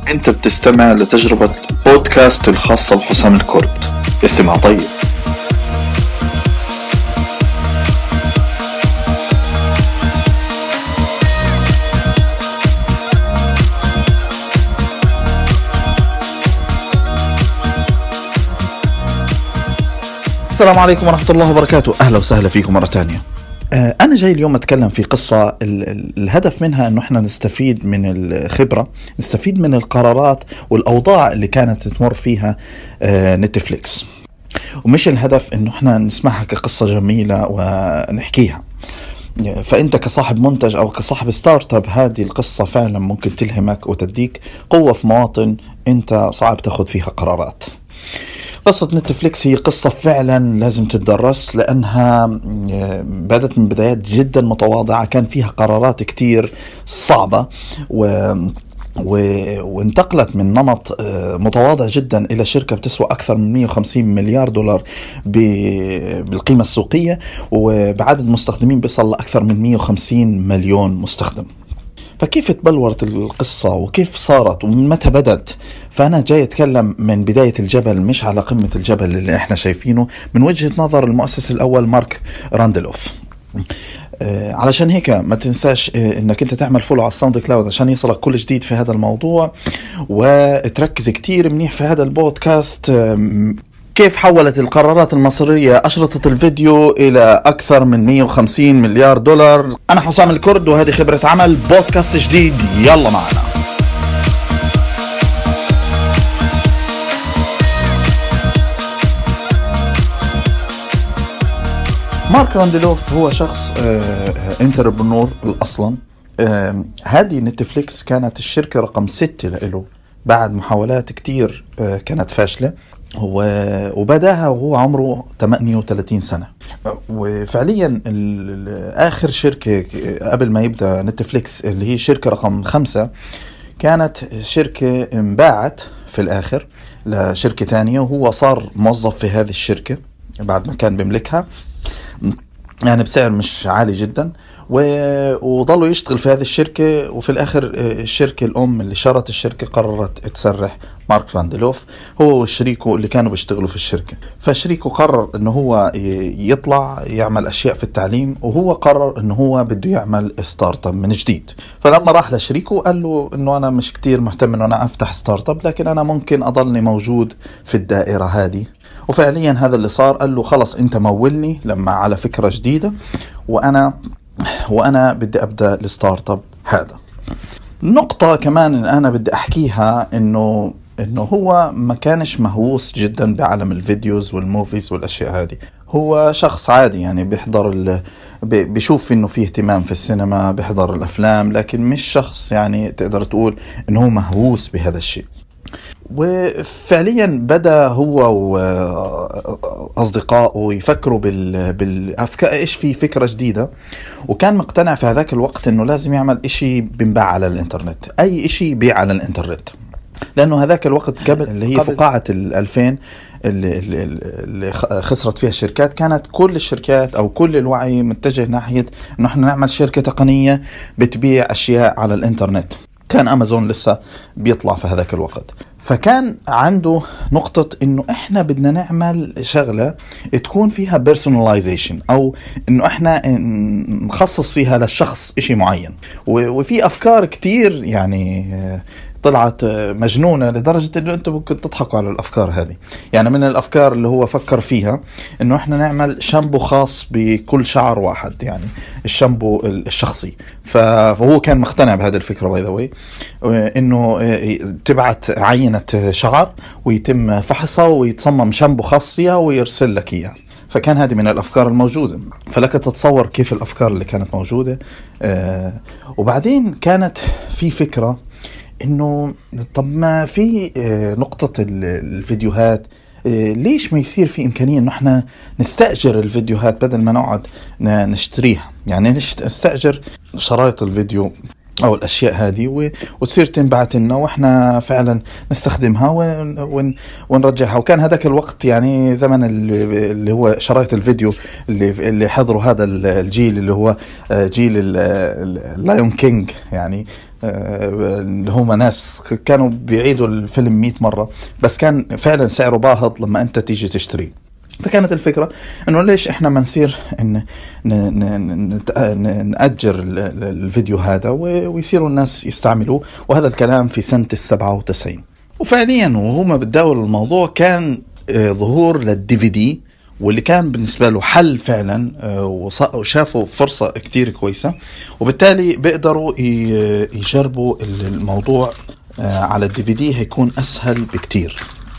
أنت بتستمع لتجربة بودكاست الخاصة بحسام الكرد. استمع طيب. السلام عليكم ورحمة الله وبركاته. أهلا وسهلا فيكم مرة تانية. أنا جاي اليوم أتكلم في قصة الهدف منها أنه إحنا نستفيد من الخبرة، نستفيد من القرارات والأوضاع اللي كانت تمر فيها نتفليكس، ومش الهدف أنه إحنا نسمعها كقصة جميلة ونحكيها. فأنت كصاحب منتج أو كصاحب ستارت اب، هذه القصة فعلا ممكن تلهمك وتديك قوة في مواطن أنت صعب تاخد فيها قرارات. قصة نتفليكس هي قصة فعلا لازم تدرس، لأنها بدأت من بدايات جدا متواضعة، كان فيها قرارات كتير صعبة وانتقلت من نمط متواضع جدا إلى شركة بتسوى أكثر من 150 مليار دولار بالقيمة السوقية، وبعدد مستخدمين بيصل لأكثر من 150 مليون مستخدم. فكيف تبلورت القصة وكيف صارت ومن متى بدت؟ فأنا جاي أتكلم من بداية الجبل، مش على قمة الجبل اللي احنا شايفينه، من وجهة نظر المؤسس الأول مارك راندلوف. علشان هيك ما تنساش انك انت تعمل فولو على الساوند كلاود عشان يصلك كل جديد في هذا الموضوع، وتركز كتير منيح في هذا البودكاست. كيف حولت القرارات المصيرية أشرطة الفيديو إلى أكثر من 150 مليار دولار. أنا حسام الكرد وهذه خبرة عمل، بودكاست جديد، يلا معنا. مارك راندلوف هو شخص انتربرنور أصلا. هذه نتفليكس كانت الشركة رقم 6 له بعد محاولات كتير كانت فاشلة، وبداها وهو عمره 38 سنة. وفعليا آخر شركة قبل ما يبدأ نتفليكس اللي هي شركة رقم 5 كانت شركة انباعت في الآخر لشركة تانية، وهو صار موظف في هذه الشركة بعد ما كان بيملكها، يعني بسعر مش عالي جدا، وضلوا يشتغل في هذه الشركة. وفي الآخر الشركة الأم اللي شرت الشركة قررت تسرح مارك راندلوف هو وشريكه اللي كانوا بيشتغلوا في الشركة. فشريكه قرر انه هو يطلع يعمل اشياء في التعليم، وهو قرر انه هو بده يعمل ستارت اب من جديد. فلما راح لشريكه قال له انه انا مش كتير مهتم انه انا افتح ستارت اب، لكن انا ممكن اضلني موجود في الدائرة هذه. وفعليا هذا اللي صار. قال له خلص انت مولني لما على فكرة جديدة، وانا بدي ابدا الستارت اب هذا. نقطة كمان انا بدي احكيها انه هو ما كانش مهووس جدا بعالم الفيديوز والموفيز والاشياء هذه. هو شخص عادي، يعني بيحضر بيشوف انه فيه اهتمام في السينما، بيحضر الافلام، لكن مش شخص يعني تقدر تقول انه هو مهووس بهذا الشيء. وفعليا بدأ هو وأصدقائه يفكروا بالأفكار، إيش في فكرة جديدة، وكان مقتنع في هذاك الوقت إنه لازم يعمل إشي بنباع على الإنترنت، أي إشي يبيع على الإنترنت، لأنه هذاك الوقت قبل اللي هي فقاعة 2000 اللي خسرت فيها الشركات، كانت كل الشركات أو كل الوعي متجه ناحية إنه إحنا نعمل شركة تقنية بتبيع أشياء على الإنترنت. كان أمازون لسه بيطلع في هذاك الوقت. فكان عنده نقطة إنه إحنا بدنا نعمل شغلة تكون فيها personalization، أو إنه إحنا نخصص فيها للشخص إشي معين. وفي أفكار كتير يعني طلعت مجنونة لدرجة إنه أنتم ممكن تضحكوا على الأفكار هذه. يعني من الأفكار اللي هو فكر فيها إنه إحنا نعمل شامبو خاص بكل شعر واحد، يعني الشامبو الشخصي. فهو كان مقتنع بهذه الفكرة باي ذا واي، إنه تبعت عينة شعر ويتم فحصها ويتصمم شامبو خاص فيها ويرسل لك إياه. فكان هذه من الأفكار الموجودة. فلك تتصور كيف الأفكار اللي كانت موجودة. وبعدين كانت في فكرة إنه طب ما في نقطة الفيديوهات، ليش ما يصير في إمكانية إنه إحنا نستأجر الفيديوهات بدل ما نقعد نشتريها، يعني نستأجر شرايط الفيديو أو الأشياء هذه وتصير تنبعت لنا وإحنا فعلا نستخدمها ونرجعها. وكان هذاك الوقت يعني زمن اللي هو شرايط الفيديو اللي حضروا هذا الجيل اللي هو جيل اللايون كينج يعني. اللي هم ناس كانوا بيعيدوا الفيلم 100 مرة، بس كان فعلا سعره باهظ لما أنت تيجي تشتريه. فكانت الفكرة إنه ليش إحنا ما نصير نأجر الفيديو هذا ويصيروا الناس يستعملوه. وهذا الكلام في سنة 97. وفعليا وهم بتداولوا الموضوع كان ظهور للDVD، واللي كان بالنسبة له حل فعلا، وشافوا فرصة كتير كويسة، وبالتالي بيقدروا يجربوا الموضوع على الDVD هيكون أسهل بكتير.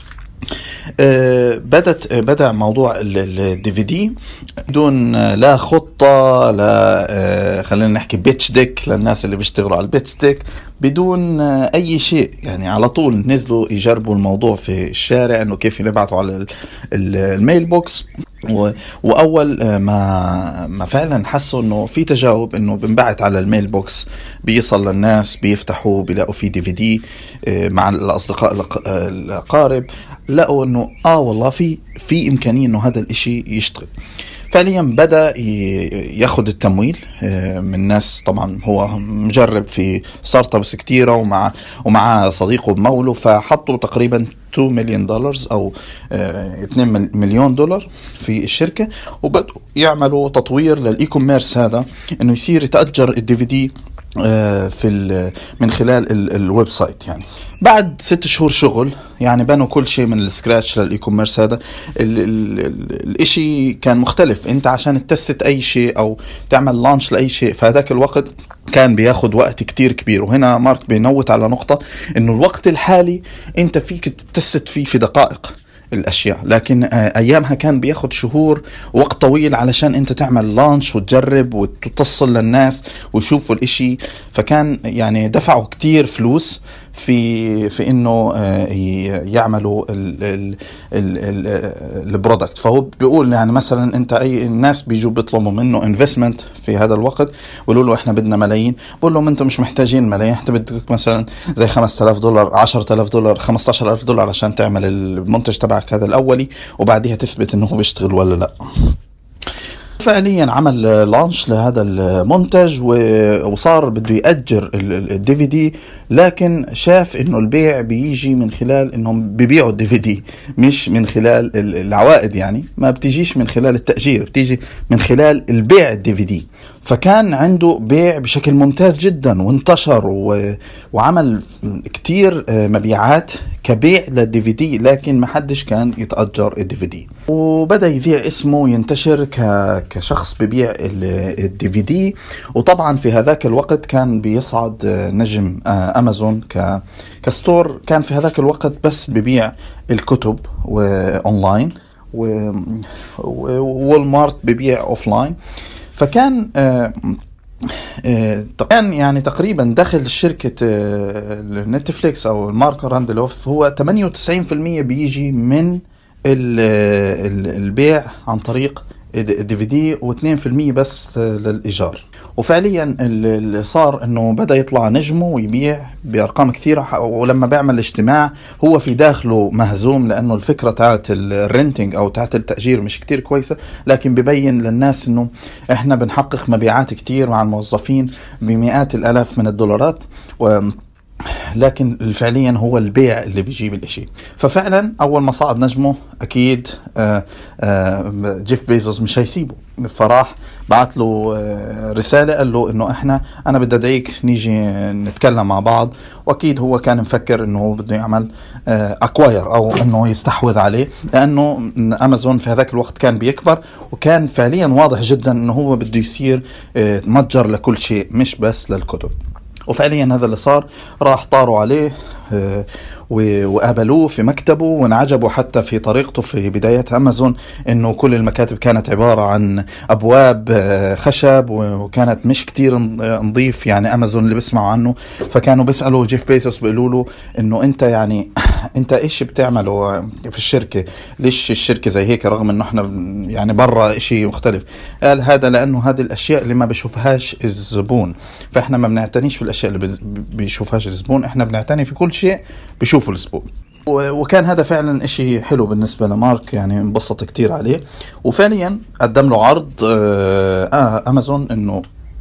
بدأ موضوع الDVD بدون لا خطة، لا خلينا نحكي بيتش ديك للناس اللي بيشتغلوا على البيتش ديك، بدون أي شيء. يعني على طول نزلوا يجربوا الموضوع في الشارع إنه كيف يبعتوا على الميل بوكس. وأول ما فعلا حسوا إنه في تجاوب، إنه بنبعت على الميل بوكس، بيصل للناس، بيفتحوا بيلاقوا فيه DVD مع الأصدقاء الأقارب، لقوا إنه والله في إمكانية إنه هذا الإشي يشتغل. فعليا بدأ ياخد التمويل من ناس، طبعا هو مجرب في ستارت ابس كتيرة ومع صديقه بموله، فحطوا تقريبا $2 مليون أو $2 مليون في الشركة، وبدأوا يعملوا تطوير للإي كوميرس هذا، إنه يصير يتأجر الDVD من خلال الويب سايت. يعني بعد 6 شهور شغل، يعني بنوا كل شيء من السكراتش للإي كوميرس هذا. الاشي كان مختلف، انت عشان تست اي شيء او تعمل لانش لاي شيء فهذاك الوقت كان بياخد وقت كتير كبير. وهنا مارك بينوت على نقطة، انه الوقت الحالي انت فيك تست فيه في دقائق الاشياء، لكن ايامها كان بياخد شهور، وقت طويل علشان انت تعمل لانش وتجرب وتصل للناس ويشوفوا الاشي. فكان يعني دفعوا كتير فلوس في انه يعملوا البرودكت. فهو بيقول يعني مثلا انت اي الناس بيجوا بيطلبوا منه انفستمنت في هذا الوقت، بيقولوا له احنا بدنا ملايين، بقول لهم انتم مش محتاجين ملايين، انت بدك مثلا زي $5,000 $10,000 $15,000 عشان تعمل المنتج تبعك هذا الاولي، وبعديها تثبت انه هو بيشتغل ولا لا. فعليا عمل لانش لهذا المنتج وصار بده يأجر الDVD، لكن شاف انه البيع بيجي من خلال انهم بيبيعوا الDVD، مش من خلال العوائد. يعني ما بتجيش من خلال التأجير، بتيجي من خلال البيع الDVD. فكان عنده بيع بشكل ممتاز جدا، وانتشر وعمل كتير مبيعات كبيع للDVD، لكن ما حدش كان يتأجر الDVD. وبدأ يذيع اسمه ينتشر كشخص ببيع الDVD. وطبعا في هذاك الوقت كان بيصعد نجم أمازون كستور، كان في هذاك الوقت بس ببيع الكتب وأونلاين، ووالمارت ببيع أوفلاين. فكان كان يعني تقريبا دخل شركة نتفليكس أو مارك راندلوف هو 98% بيجي من البيع عن طريق DVD، و2% بس للإيجار. وفعليا اللي صار انه بدأ يطلع نجمه ويبيع بأرقام كثيرة. ولما بيعمل اجتماع هو في داخله مهزوم، لأنه الفكرة تاعت الرنتنج أو تاعت التأجير مش كتير كويسة، لكن ببين للناس انه احنا بنحقق مبيعات كتير مع الموظفين بمئات الآلاف من الدولارات، لكن فعليا هو البيع اللي بيجيب الاشي. ففعلا اول ما صعد نجمه اكيد جيف بيزوس مش هيسيبه، فراح بعت له رسالة قال له انه انا بدي ادعيك نيجي نتكلم مع بعض. واكيد هو كان مفكر انه هو بده يعمل اكواير او انه يستحوذ عليه، لانه امازون في هذاك الوقت كان بيكبر، وكان فعليا واضح جدا انه هو بده يصير متجر لكل شيء مش بس للكتب. وفعليا هذا اللي صار، راح طاروا عليه وقابلوه في مكتبه، وانعجبوا حتى في طريقته في بداية أمازون، إنه كل المكاتب كانت عبارة عن أبواب خشب وكانت مش كتير نظيف، يعني أمازون اللي بيسمعوا عنه. فكانوا بيسألوا جيف بيزوس بيقولوا له إنه أنت يعني أنت إيش بتعمله في الشركة؟ ليش الشركة زي هيك رغم إنه إحنا يعني برا إشي مختلف؟ قال هذا لأنه هذه الأشياء اللي ما بيشوفهاش الزبون، فإحنا ما بنعتنيش في الأشياء اللي بيشوفهاش الزبون، إحنا بنعتني في كل شيء بيشوفوا الزبون. وكان هذا فعلا اشي حلو بالنسبة لمارك، يعني انبسط كتير عليه. وفعليا قدم له عرض امازون انه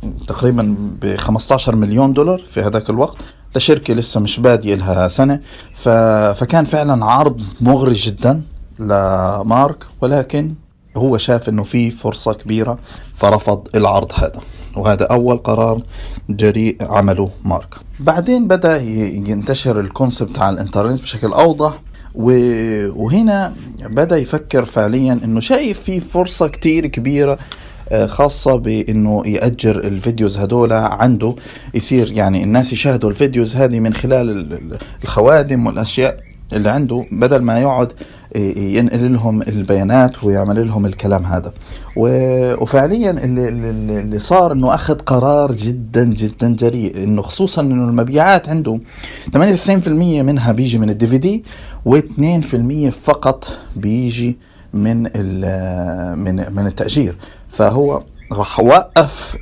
تقريبا ب$15 مليون في هذاك الوقت لشركة لسه مش بادية لها سنة. فكان فعلا عرض مغري جدا لمارك، ولكن هو شاف انه في فرصة كبيرة فرفض العرض هذا، وهذا اول قرار جريء عمله مارك. بعدين بدأ ينتشر الكونسبت على الانترنت بشكل اوضح، وهنا بدأ يفكر فعليا انه شايف في فرصة كتير كبيرة خاصة بانه يأجر الفيديوز هدول عنده، يصير يعني الناس يشاهدوا الفيديوز هذه من خلال الخوادم والاشياء اللي عنده، بدل ما يقعد ينقل لهم البيانات ويعمل لهم الكلام هذا. وفعليا اللي صار انه اخذ قرار جدا جدا جريء، انه خصوصا انه المبيعات عنده 98% منها بيجي من الدي في دي، و2% فقط بيجي من التأجير. فهو راح وقف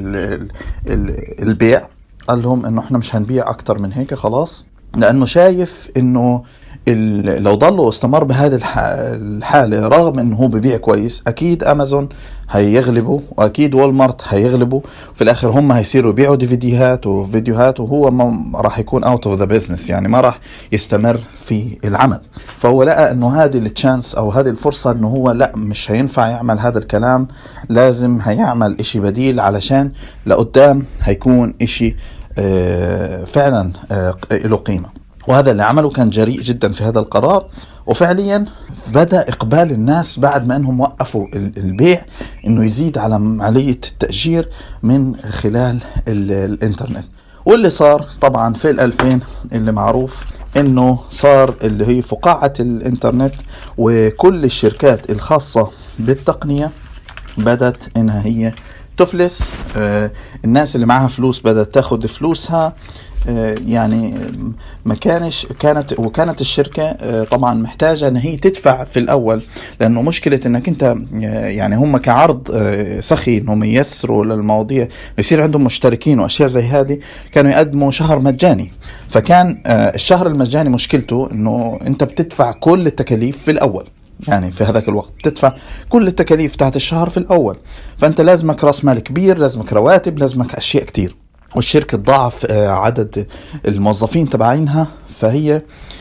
البيع، قال لهم انه احنا مش هنبيع اكتر من هيك خلاص، لانه شايف انه لو ضلوا استمر بهذه الحالة رغم انه هو ببيع كويس، اكيد امازون هيغلبوا واكيد والمارت هيغلبوا، في الاخر هم هيصيروا يبيعوا ديفيديوهات وفيديوهات، وهو ما راح يكون اوت اوف ذا بزنس، يعني ما راح يستمر في العمل. فهو لقى انه هذه التشانس او هذه الفرصة، انه هو لا مش هينفع يعمل هذا الكلام، لازم هيعمل اشي بديل علشان لقدام هيكون اشي فعلا له قيمة. وهذا اللي عمله، كان جريء جدا في هذا القرار. وفعليا بدأ إقبال الناس بعد ما أنهم وقفوا البيع أنه يزيد على عملية التأجير من خلال الإنترنت. واللي صار طبعا في 2000 اللي معروف أنه صار اللي هي فقاعة الإنترنت، وكل الشركات الخاصة بالتقنية بدأت أنها هي تفلس. الناس اللي معها فلوس بدأت تاخد فلوسها، يعني ما كانت الشركة طبعا محتاجة ان هي تدفع في الاول، لانه مشكلة انك انت يعني هم كعرض سخي انهم ييسروا للمواضيع، يصير عندهم مشتركين واشياء زي هذه، كانوا يقدموا شهر مجاني. فكان الشهر المجاني مشكلته انه انت بتدفع كل التكاليف في الاول، يعني في هذاك الوقت تدفع كل التكاليف تحت الشهر في الاول، فانت لازمك راس مال كبير، لازمك رواتب، لازمك اشياء كتير. والشركة تضاعف عدد الموظفين تبعينها. فهي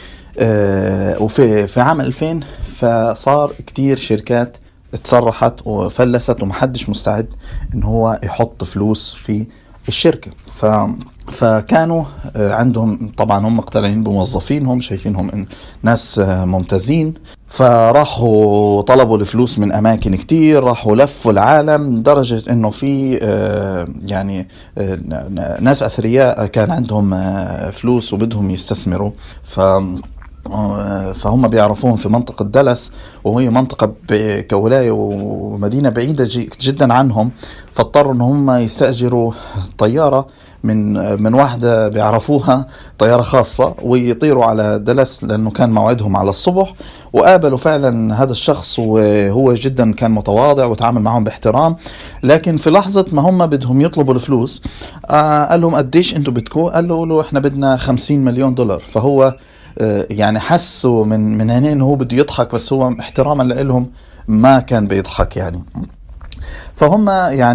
وفي عام 2000 فصار كتير شركات تصرحت وفلست، ومحدش مستعد ان هو يحط فلوس في الشركة. فكانوا عندهم طبعا هم مقتنعين بموظفينهم، شايفينهم ناس ممتازين، فراحوا طلبوا الفلوس من أماكن كتير، راحوا لفوا العالم، درجة إنه في يعني ناس أثرياء كان عندهم فلوس وبدهم يستثمروا، فهم بيعرفوهم في منطقة دالاس، وهي منطقة كولاية ومدينة بعيدة جدا عنهم، فاضطروا إن هم يستأجروا طيارة من واحدة بيعرفوها، طيارة خاصة، ويطيروا على دالاس لأنه كان موعدهم على الصبح. وقابلوا فعلا هذا الشخص، وهو جدا كان متواضع وتعامل معهم باحترام، لكن في لحظة ما هم بدهم يطلبوا الفلوس قال لهم قديش انتوا بدكوا؟ قالوا له احنا بدنا $50 مليون. فهو يعني حسوا من هنا انه هو بده يضحك، بس هو احتراما لهم ما كان بيضحك يعني. فهم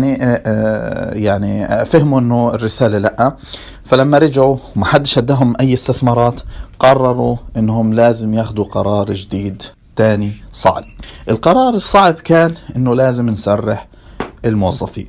يعني فهموا انه الرسالة لا. فلما رجعوا وما حدش ادهم اي استثمارات، قرروا انهم لازم ياخدوا قرار جديد تاني صعب. القرار الصعب كان انه لازم نسرح الموظفين.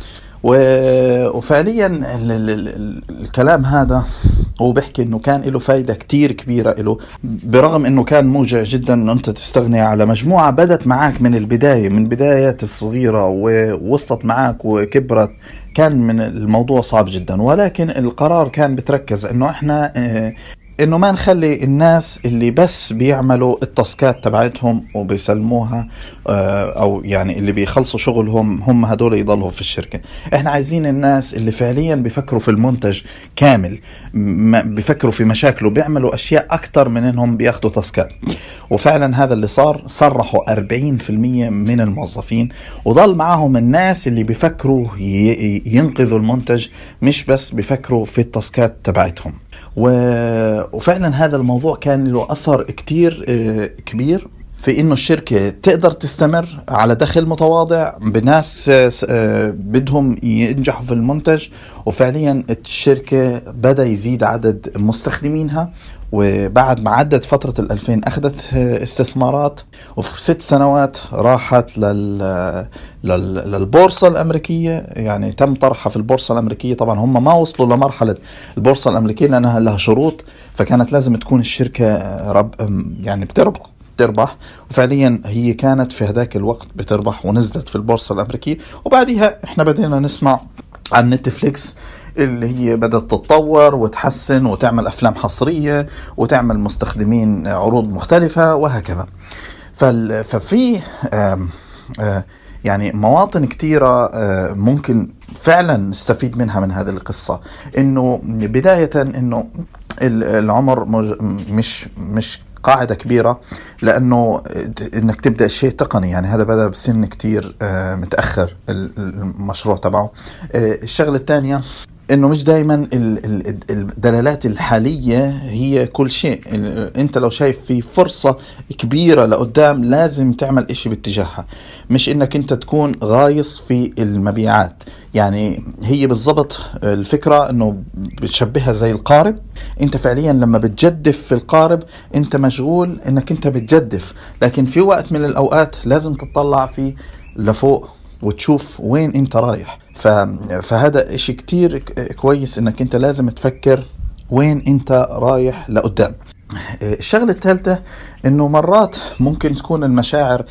وفعليا الكلام هذا هو بيحكي انه كان له فايدة كتير كبيرة له، برغم انه كان موجع جدا انه انت تستغني على مجموعة بدت معاك من البداية، من بدايات الصغيرة ووصلت معاك وكبرت. كان من الموضوع صعب جدا، ولكن القرار كان بتركز انه احنا انه ما نخلي الناس اللي بس بيعملوا التاسكات تبعتهم وبيسلموها او يعني اللي بيخلصوا شغلهم هم هدول يضلوا في الشركة. احنا عايزين الناس اللي فعليا بيفكروا في المنتج كامل، بيفكروا في مشاكله، بيعملوا اشياء اكتر من انهم بياخدوا تاسكات. وفعلا هذا اللي صار، صرحوا 40% من الموظفين، وضل معهم الناس اللي بيفكروا ينقذوا المنتج، مش بس بيفكروا في التاسكات تبعتهم. وفعلا هذا الموضوع كان له أثر كتير كبير في إنه الشركة تقدر تستمر على دخل متواضع بناس بدهم ينجحوا في المنتج. وفعليا الشركة بدأ يزيد عدد مستخدمينها، وبعد ما عدت فترة 2000 أخذت استثمارات، وفي 6 سنوات راحت للبورصة الأمريكية. يعني تم طرحها في البورصة الأمريكية. طبعا هم ما وصلوا لمرحلة البورصة الأمريكية لأنها لها شروط، فكانت لازم تكون الشركة يعني بتربح. وفعليا هي كانت في هذاك الوقت بتربح ونزلت في البورصة الأمريكية. وبعدها احنا بدينا نسمع عن نتفليكس اللي هي بدأت تتطور وتحسن وتعمل أفلام حصرية وتعمل مستخدمين عروض مختلفة وهكذا. ففي يعني مواطن كتيرة ممكن فعلا نستفيد منها من هذه القصة. إنه بداية إنه العمر مش قاعدة كبيرة، لأنه إنك تبدأ شيء تقني. يعني هذا بدأ بسن كتير متأخر المشروع تبعه. الشغلة الثانية إنه مش دايما الدلالات الحالية هي كل شيء. أنت لو شايف في فرصة كبيرة لقدام لازم تعمل إشي باتجاهها، مش إنك أنت تكون غايص في المبيعات. يعني هي بالضبط الفكرة إنه بتشبهها زي القارب. أنت فعليا لما بتجدف في القارب أنت مشغول إنك أنت بتجدف، لكن في وقت من الأوقات لازم تطلع فيه لفوق وتشوف وين أنت رايح. فهذا إشي كتير كويس إنك أنت لازم تفكر وين أنت رايح لقدام. الشغلة الثالثة إنه مرات ممكن تكون المشاعر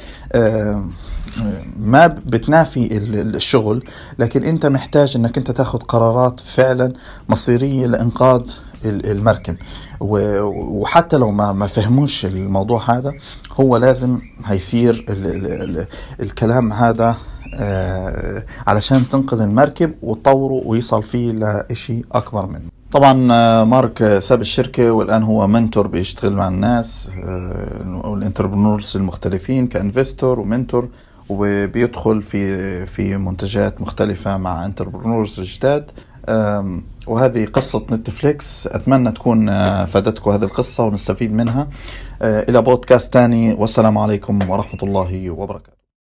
ما بتنافي الشغل، لكن أنت محتاج إنك أنت تاخد قرارات فعلا مصيرية لإنقاذ المركب. وحتى لو ما فهموش الموضوع هذا، هو لازم هيصير الكلام هذا علشان تنقذ المركب وتطوره ويصل فيه لإشي أكبر منه. طبعا مارك ساب الشركة والآن هو منتور، بيشتغل مع الناس والانتربرنورز المختلفين كانفستور ومنتور، وبيدخل في منتجات مختلفة مع انتربرنورز جداد. وهذه قصة نتفليكس. أتمنى تكون فادتكم هذه القصة ونستفيد منها. إلى بودكاست تاني، والسلام عليكم ورحمة الله وبركاته.